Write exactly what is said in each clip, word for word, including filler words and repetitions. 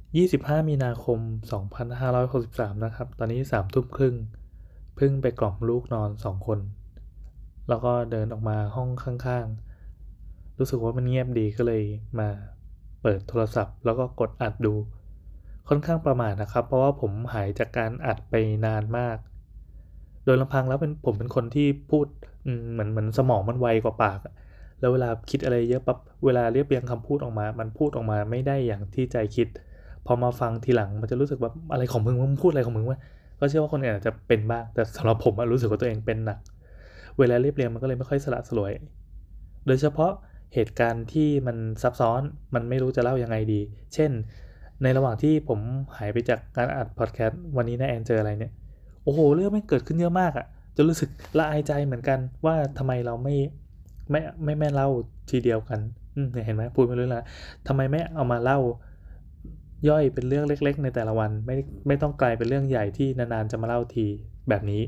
ยี่สิบห้ามีนาคมสองพันห้าร้อยหกสิบสามนะครับตอนนี้สามทุ่มครึ่งเพิ่งไปกล่อมลูกนอนสองคนแล้วก็เดินออกมาห้องข้างๆรู้สึกว่ามันเงียบดีก็เลยมาเปิดโทรศัพท์แล้วก็กดอัดดูค่อนข้างประหม่านะครับเพราะว่าผมหายจากการอัดไปนานมากโดยลำพังแล้วเป็นผมเป็นคนที่พูดอืมเหมือนเหมือนสมองมันไวกว่าปากอะแล้วเวลาคิดอะไรเยอะปั๊บเวลาเรียบเรียงคำพูดออกมามันพูดออกมาไม่ได้อย่างที่ใจคิด พอมาฟังทีหลังมันจะรู้สึกแบบอะไรของมึงมึงพูดอะไรของมึงวะก็เชื่อว่าคนอื่นอาจจะเป็นบ้างแต่สำหรับผมอะรู้สึกว่าตัวเองเป็นหนักเวลาเรียบเรียงมันก็เลยไม่ค่อยสละสลวยโดยเฉพาะเหตุการณ์ที่มันซับซ้อนมันไม่รู้จะเล่ายังไงดีเช่นในระหว่างที่ผมหายไปจากการอัดพอดแคสต์วันนี้น้าแอนเจออะไรเนี่ยโอ้โหเรื่องมันเกิดขึ้นเยอะมากอะจนรู้สึกละอายใจเหมือนกันว่าทำไมเราไม่ไม่ไม่แม่เล่าทีเดียวกันอืมเห็นไหมพูดไม่รู้ละทำไมไม่เอามาเล่า ย่อยเป็นเรื่องเล็กๆในแต่ละวันไม่ไม่ต้องกลายเป็นเรื่องใหญ่ที่นานๆจะมาเล่าทีแบบนี้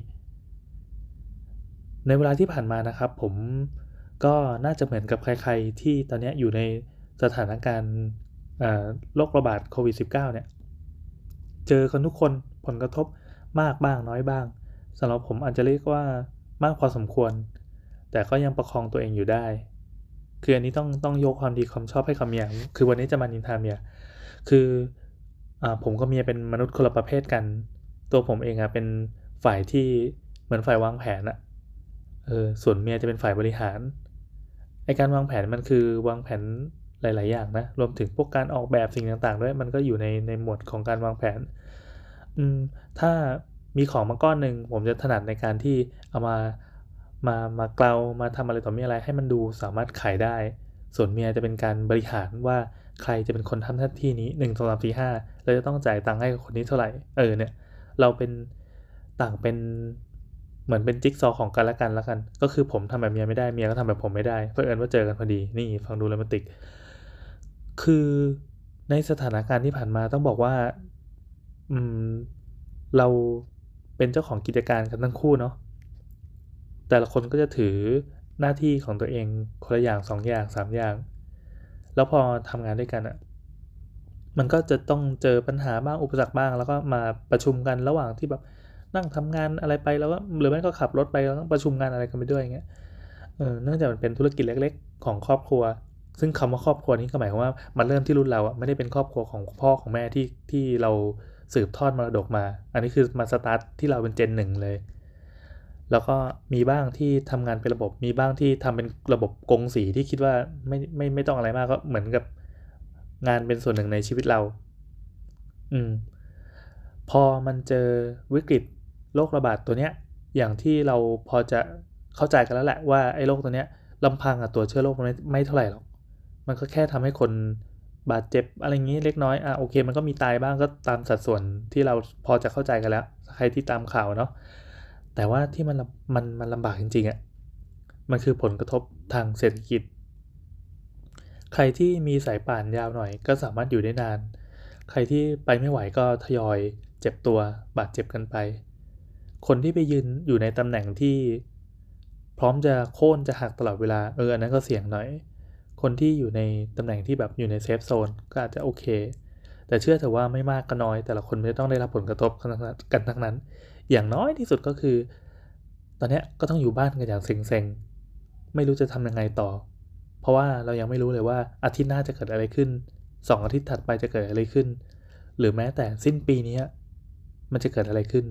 ในเวลาที่ผ่านมานะครับผมก็น่าจะเหมือนกับใครๆที่ตอนนี้อยู่ในสถานการณ์โรคระบาดโควิด สิบเก้า เนี่ยเจอกันทุกคนผลกระทบมากบ้างน้อยบ้างสำหรับผมอาจจะเรียกว่ามากพอสมควรแต่ก็ยังประคองตัวเองอยู่ได้คืออันนี้ต้องต้องยกความดีความชอบให้กับเมียคือวันนี้จะมานินทาเมียคืออ่าผมกับเมียเป็นมนุษย์คนละประเภทกันตัวผมเองอะเป็นฝ่ายที่เหมือนฝ่ายวางแผนอะเออส่วนเมียจะเป็นฝ่ายบริหารไอ้การวางแผนมันคือวางแผนหลายๆอย่างนะรวมถึงพวกการออกแบบสิ่งต่างๆด้วยมันก็อยู่ในในหมวดของการวางแผนอืมถ้ามีของมาก้อนหนึ่งผมจะถนัดในการที่เอามามามาเกลามาทำอะไรต่อมีอะไรให้มันดูสามารถขายได้ส่วนเมียจะเป็นการบริหารว่าใครจะเป็นคนทำหน้าที่นี้หนึ่ง สอง สาม สี่ ห้าเราจะต้องจ่ายตังค์ให้กับคนนี้เท่าไรเออเนี่ยเราเป็นต่างเป็นเหมือนเป็นจิ๊กซอว์ของกันและกันแล้วกันก็คือผมทำแบบเมียไม่ได้เมียก็ทำแบบผมไม่ได้เผอิญว่าเจอกันพอดีนี่ฟังดูโรแมนติกคือในสถานการณ์ที่ผ่านมาต้องบอกว่าอืมเราเป็นเจ้าของกิจการกันทั้งคู่เนาะแต่ละคนก็จะถือหน้าที่ของตัวเองคนละอย่างสองอย่างสามอย่างแล้วพอทำงานด้วยกันอะมันก็จะต้องเจอปัญหาบ้างอุปสรรคบ้างแล้วก็มาประชุมกันระหว่างที่แบบนั่งทำงานอะไรไปแล้วก็หรือไม่ก็ขับรถไปแล้วก็ประชุมงานอะไรกันไปด้วยอย่างเงี้ยเออเนื่องจากมันเป็นธุรกิจเล็กๆของครอบครัวซึ่งคำว่าครอบครัวนี้ก็หมายความว่ามันเริ่มที่รุ่นเราอะไม่ได้เป็นครอบครัวของพ่อของแม่ที่ที่เราสืบทอดมรดกมาอันนี้คือมาสตาร์ตที่เราเป็น Gen หนึ่งเลยแล้วก็มีบ้างที่ทำงานเป็นระบบมีบ้างที่ทำเป็นระบบกงสีที่คิดว่าไม่ไม่ไม่ต้องอะไรมากก็เหมือนกับงานเป็นส่วนหนึ่งในชีวิตเราอืมพอมันเจอวิกฤตโรคระบาดตัวเนี้ยอย่างที่เราพอจะเข้าใจกันแล้วแหละว่าไอ้โรคตัวเนี้ยลำพังอะตัวเชื้อโรคมันไม่ไม่เท่าไหร่หรอกมันก็แค่ทำให้คนบาดเจ็บอะไรงี้เล็กน้อยอ่ะโอเคมันก็มีตายบ้างก็ตามสัดส่วนที่เราพอจะเข้าใจกันแล้วใครที่ตามข่าวเนาะแต่ว่าที่มันมันมันลำบากจริงๆอะมันคือผลกระทบทางเศรษฐกิจ ใครที่มีสายป่านยาวหน่อยก็สามารถอยู่ได้นาน ใครที่ไปไม่ไหวก็ทยอยเจ็บตัวบาดเจ็บกันไป คนที่ไปยืนอยู่ในตำแหน่งที่พร้อมจะโค่นจะหักตลอดเวลาเอออันนั้นก็เสี่ยงหน่อย คนที่อยู่ในตำแหน่งที่แบบอยู่ในเซฟโซนก็อาจจะโอเค แต่เชื่อเถอะว่าไม่มากก็น้อยแต่ละคนมันจะต้องได้รับผลกระทบกันทั้งนั้นอย่างน้อยที่สุดก็คือตอนนี้ก็ต้องอยู่บ้านกันอย่างเซ็งๆไม่รู้จะทำยังไงต่อเพราะว่าเรายังไม่รู้เลยว่าอาทิตย์หน้าจะเกิดอะไรขึ้นสองอาทิตย์ถัดไปจะเกิดอะไรขึ้นหรือแม้แต่สิ้นปีนี้มันจะเกิดอะไรขึ้น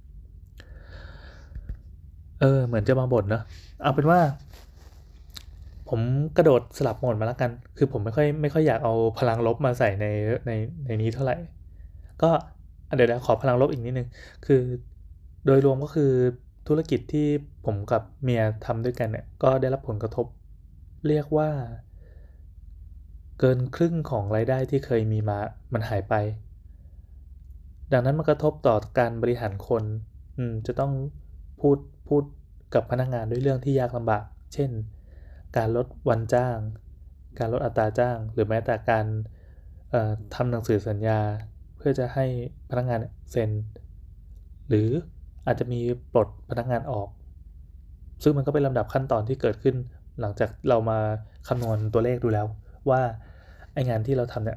เออเหมือนจะมาบ่นเนาะเอาเป็นว่าผมกระโดดสลับโหมดมาแล้วกันคือผมไม่ค่อยไม่ค่อยอยากเอาพลังลบมาใส่ในในในนี้เท่าไหร่ ก็เดี๋ยวขอพลังลบอีกนิดนึงคือโดยรวมก็คือธุรกิจที่ผมกับเมียทำด้วยกันเนี่ยก็ได้รับผลกระทบเรียกว่าเกินครึ่งของรายได้ที่เคยมีมามันหายไปดังนั้นมันกระทบต่อการบริหารคนอืมจะต้องพูดพูดกับพนักงานด้วยเรื่องที่ยากลำบากเช่นการลดวันจ้างการลดอัตราจ้างหรือแม้แต่การเอ่อทำหนังสือสัญญา เพื่อจะให้พนักงานเซ็นหรืออาจจะมีปลดพนักงานออกซึ่งมันก็เป็นลำดับขั้นตอนที่เกิดขึ้นหลังจากเรามาคำนวณตัวเลขดูแล้วว่าไองานที่เราทำเนี่ย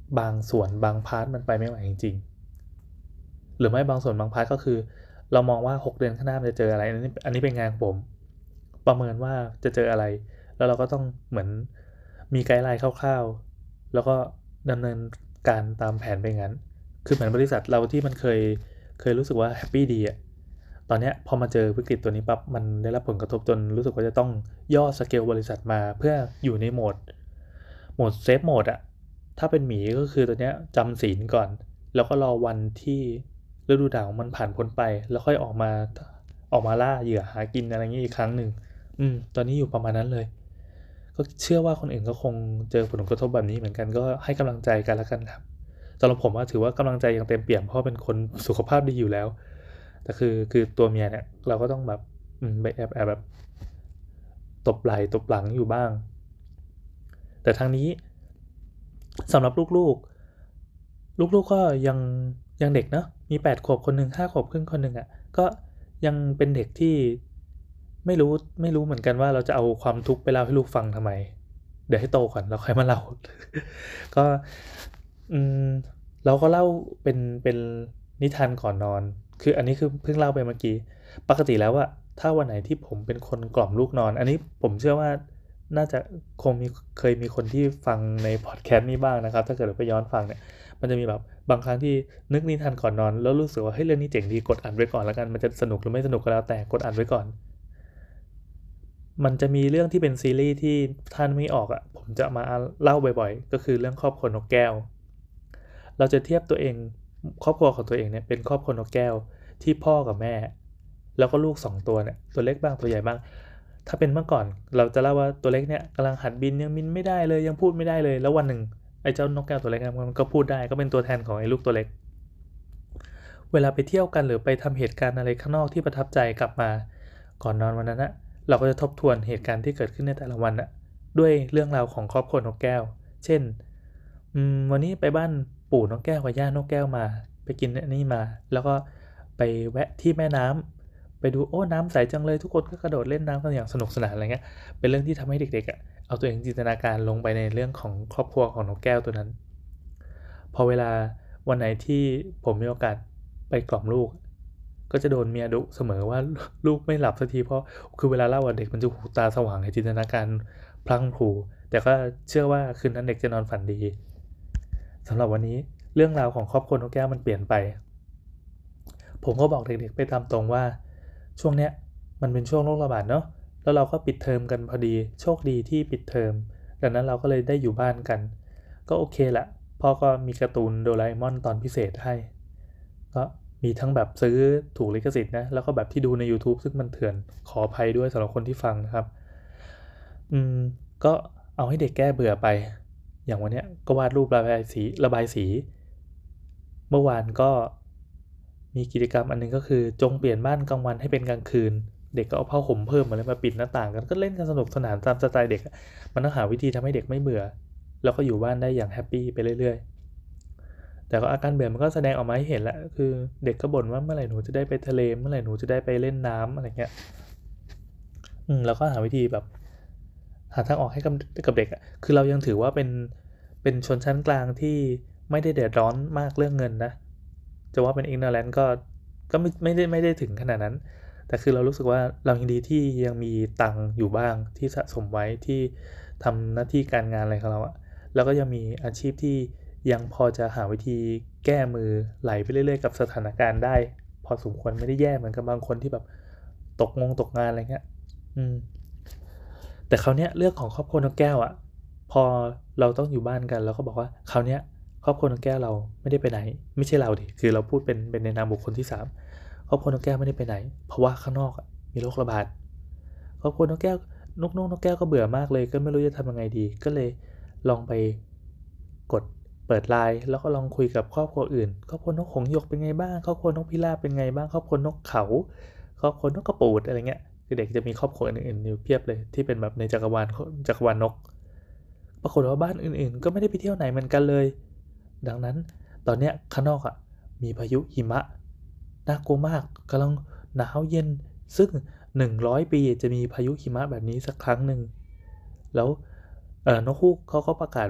บางส่วนบางพาร์ทมันไปไม่ไหวจริงๆหรือไม่บางส่วนบางพาร์ทก็คือเรามองว่าหกเดือนข้างหน้ามันจะเจออะไรอันนี้อันนี้เป็นงานของผมประเมินว่าจะเจออะไรแล้วเราก็ต้องเหมือนมีไกด์ไลน์คร่าวๆแล้วก็ดำเนินการตามแผนไปงั้นคือเหมือนบริษัทเราที่มันเคยเคยรู้สึกว่าแฮปปี้ดีอะตอนเนี้ยพอมาเจอวิกฤตตัวนี้ปั๊บมันได้รับผลกระทบจนรู้สึกว่าจะต้องย่อสเกลบริษัทมาเพื่ออยู่ในโหมดโหมดเซฟโหมดอะถ้าเป็นหมีก็คือตัวเนี้ยจำศีลก่อนแล้วก็รอวันที่ฤดูหนาวมันผ่านพ้นไปแล้วค่อยออกมาออกมาล่าเหยื่อหากินอะไรเงี้ยอีกครั้งหนึ่งอืมตอนนี้อยู่ประมาณนั้นเลยก็เชื่อว่าคนอื่นก็คงเจอผลกระทบแบบนี้เหมือนกันก็ให้กำลังใจกันแล้วกันครับสำหรับผมว่าถือว่ากำลังใจยังเต็มเปี่ยมเพราะเป็นคนสุขภาพดีอยู่แล้วแต่คือคือตัวเมียเนี่ยเราก็ต้องแบบอืมไปแอบแอบแบบตบไหล่ตบหลังอยู่บ้างแต่ทางนี้สำหรับลูกๆลูกๆก็ยังยังเด็กเนาะมีแปดขวบคนหนึ่งห้าขวบครึ่งคนหนึ่งอ่ะก็ยังเป็นเด็กที่ไม่รู้ไม่รู้เหมือนกันว่าเราจะเอาความทุกข์ไปเล่าให้ลูกฟังทำไมเดี๋ยวให้โตก่อนเราค่อยมาเล่า ก็อืมเราก็เล่าเป็นเป็นนิทานก่อนนอนคืออันนี้คือเพิ่งเล่าไปเมื่อกี้ปกติแล้วอะถ้าวันไหนที่ผมเป็นคนกล่อมลูกนอนอันนี้ผมเชื่อว่าน่าจะคงมีเคยมีคนที่ฟังในพอดแคสต์นี้บ้างนะครับถ้าเกิดเราไปย้อนฟังเนี่ยมันจะมีแบบบางครั้งที่นึกนิทานก่อนนอนแล้วรู้สึกว่าเฮ้ยเรื่องนี้เจ๋งดีกดอัดไว้ก่อนแล้วกันมันจะสนุกหรือไม่สนุกก็แล้วแต่กดอัดไว้ก่อนมันจะมีเรื่องที่เป็นซีรีส์ที่ท่านไม่ออกอะผมจะมาเล่าบ่อยๆก็คือเรื่องครอบครัวนกแก้วเราจะเทียบตัวเองครอบครัวของตัวเองเนี่ยเป็นครอบครัวนกแก้วที่พ่อกับแม่แล้วก็ลูกสองตัวเนี่ยตัวเล็กบ้างตัวใหญ่บ้างถ้าเป็นเมื่อก่อนเราจะเล่าว่าตัวเล็กเนี่ยกำลังหัดบินยังบินไม่ได้เลยยังพูดไม่ได้เลยแล้ววันหนึ่งไอ้เจ้านกแก้วตัวเล็กมันก็พูดได้ก็เป็นตัวแทนของไอ้ลูกตัวเล็กเวลาไปเที่ยวกันหรือไปทำเหตุการณ์อะไรข้างนอกที่ประทับใจกลับมาก่อนนอนวันนั้นนะเราก็จะทบทวนเหตุการณ์ที่เกิดขึ้นในแต่ละวันนะด้วยเรื่องราวของครอบครัวนกแก้วเช่นอืมวันนี้ไปบ้านปู่นกแก้วกับย่านกแก้วมาไปกินอันนี้มาแล้วก็ไปแวะที่แม่น้ำไปดูโอ้น้ำใสจังเลยทุกคนก็กระโดดเล่นน้ำกันอย่างสนุกสนานอะไรเงี้ยเป็นเรื่องที่ทำให้เด็กๆอ่ะเอาตัวเองจินตนาการลงไปในเรื่องของครอบครัวของนกแก้วตัวนั้นพอเวลาวันไหนที่ผมมีโอกาสไปกล่อมลูกก็จะโดนเมียดุเสมอว่าลูกไม่หลับสักทีเพราะคือเวลาเล่าเด็กมันจะหูตาสว่างในจินตนาการพลั้งพลูแต่ก็เชื่อว่าคืนนั้นเด็กจะนอนฝันดีสำหรับวันนี้เรื่องราวของครอบครัวนกแก้วมันเปลี่ยนไปผมก็บอกเด็กๆไปตามตรงว่าช่วงเนี้ยมันเป็นช่วงโรคระบาดเนาะแล้วเราก็ปิดเทอมกันพอดีโชคดีที่ปิดเทอมดังนั้นเราก็เลยได้อยู่บ้านกันก็โอเคแหละพ่อก็มีการ์ตูนโดราเอมอนตอนพิเศษให้ก็มีทั้งแบบซื้อถูกลิขสิทธิ์นะแล้วก็แบบที่ดูใน YouTube ซึ่งมันเถื่อนขออภัยด้วยสำหรับคนที่ฟังนะครับอืมก็เอาให้เด็กแก้เบื่อไปอย่างวันเนี้ยก็วาดรูประบายสีระบายสีเมื่อวานก็มีกิจกรรมอันนึงก็คือจงเปลี่ยนบ้านกลางวันให้เป็นกลางคืนเด็กก็เอาผ้าห่มเพิ่มมาเลยมาปิดหน้าต่างกันก็เล่นกันสนุกสนานตามสไตล์เด็กมันต้องหาวิธีทำให้เด็กไม่เบื่อแล้วก็อยู่บ้านได้อย่างแฮปปี้ไปเรื่อยๆแต่ก็อาการเบื่อมันก็แสดงออกมาให้เห็นแล้วคือเด็กก็บ่นว่าเมื่อไหร่หนูจะได้ไปทะเลเมื่อไหร่หนูจะได้ไปเล่นน้ำอะไรเงี้ยอืมเราก็หาวิธีแบบหาทางออกให้กับกับเด็กอ่ะคือเรายังถือว่าเป็นเป็นชนชั้นกลางที่ไม่ได้เดือดร้อนมากเรื่องเงินนะจะว่าเป็น ignorant ก็ก็ไม่ไม่ได้ไม่ได้ถึงขนาดนั้นแต่คือเรารู้สึกว่าเรายังดีที่ยังมีตังค์อยู่บ้างที่สะสมไว้ที่ทำหน้าที่การงานอะไรของเราอะแล้วก็ยังมีอาชีพที่ยังพอจะหาวิธีแก้มือไหลไปเรื่อยๆกับสถานการณ์ได้พอสมควรไม่ได้แย่เหมือนกับบางคนที่แบบตกงงตกงานอะไรเงี้ยอืมแต่คราวเนี้ยเรื่องของครอบครัวนกแก้วอะพอเราต้องอยู่บ้านกันเราก็บอกว่าคราวเนี้ยครอบครัวนกแก้วเราไม่ได้ไปไหนไม่ใช่เราดิคือเราพูดเป็นเป็นในนามบุคคลที่สามครอบครัวนกแก้วไม่ได้ไปไหนเพราะว่าข้างนอกอะมีโรคระบาดครอบครัวนกแก้วนกนกนกแก้วก็เบื่อมากเลยก็ไม่รู้จะทำยังไงดีก็เลยลองไปกดเปิดไลน์แล้วก็ลองคุยกับครอบครัวอื่นครอบครัวนกหงส์หยกเป็นไงบ้างครอบครัวนกพิราบเป็นไงบ้างครอบครัวนกเขาครอบครัวนกกระปูดอะไรเงี้ยคือเด็กจะมีครอบครัวอื่นๆอยู่เพียบเลยที่เป็นแบบในจักรวาลจักรวาลนกปรากฏว่าบ้านอื่นๆก็ไม่ได้ไปเที่ยวไหนเหมือนกันเลยดังนั้นตอนเนี้ยข้างนอกอ่ะมีพายุหิมะน่ากลัวมากกำลังหนาวเย็นซึ่งหนึ่งร้อยปีจะมีพายุหิมะแบบนี้สักครั้งหนึ่งแล้วเอ่อนกฮูกเขาก็ประกาศว่า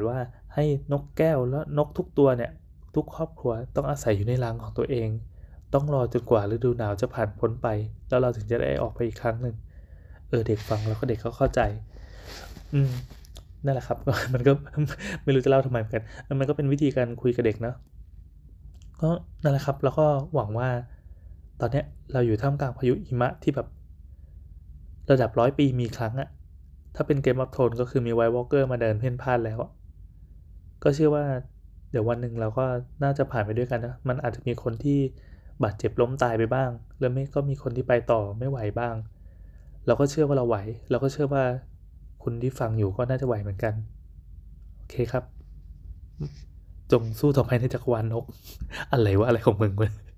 ให้นกแก้วและนกทุกตัวเนี่ยทุกครอบครัวต้องอาศัยอยู่ในรังของตัวเองต้องรอจนกว่าฤดูหนาวจะผ่านพ้นไปแล้วเราถึงจะได้ออกไปอีกครั้งหนึ่งเออเด็กฟังแล้วก็เด็กเขาเข้าใจอืมนั่นแหละครับ มันก็ ไม่รู้จะเล่าทำไมเหมือนกันมันก็เป็นวิธีการคุยกับเด็กเนาะก็นั่นแหละครับแล้วก็หวังว่าตอนเนี้ยเราอยู่ท่ามกลางพายุหิมะที่แบบระดับร้อยปีมีครั้งอะถ้าเป็นเกมออฟโทนก็คือมีไวท์วอล์กเกอร์มาเดินเพ่นพ่านแล้วอะก็เชื่อว่าเดี๋ยววันหนึ่งเราก็น่าจะผ่านไปด้วยกันนะมันอาจจะมีคนที่บาดเจ็บล้มตายไปบ้างแล้วไม่ก็มีคนที่ไปต่อไม่ไหวบ้างเราก็เชื่อว่าเราไหวเราก็เชื่อว่าคุณที่ฟังอยู่ก็น่าจะไหวเหมือนกันโอเคครับ จงสู้ต่อไปในจักรวาลนก อะไรวะอะไรของมึงวะ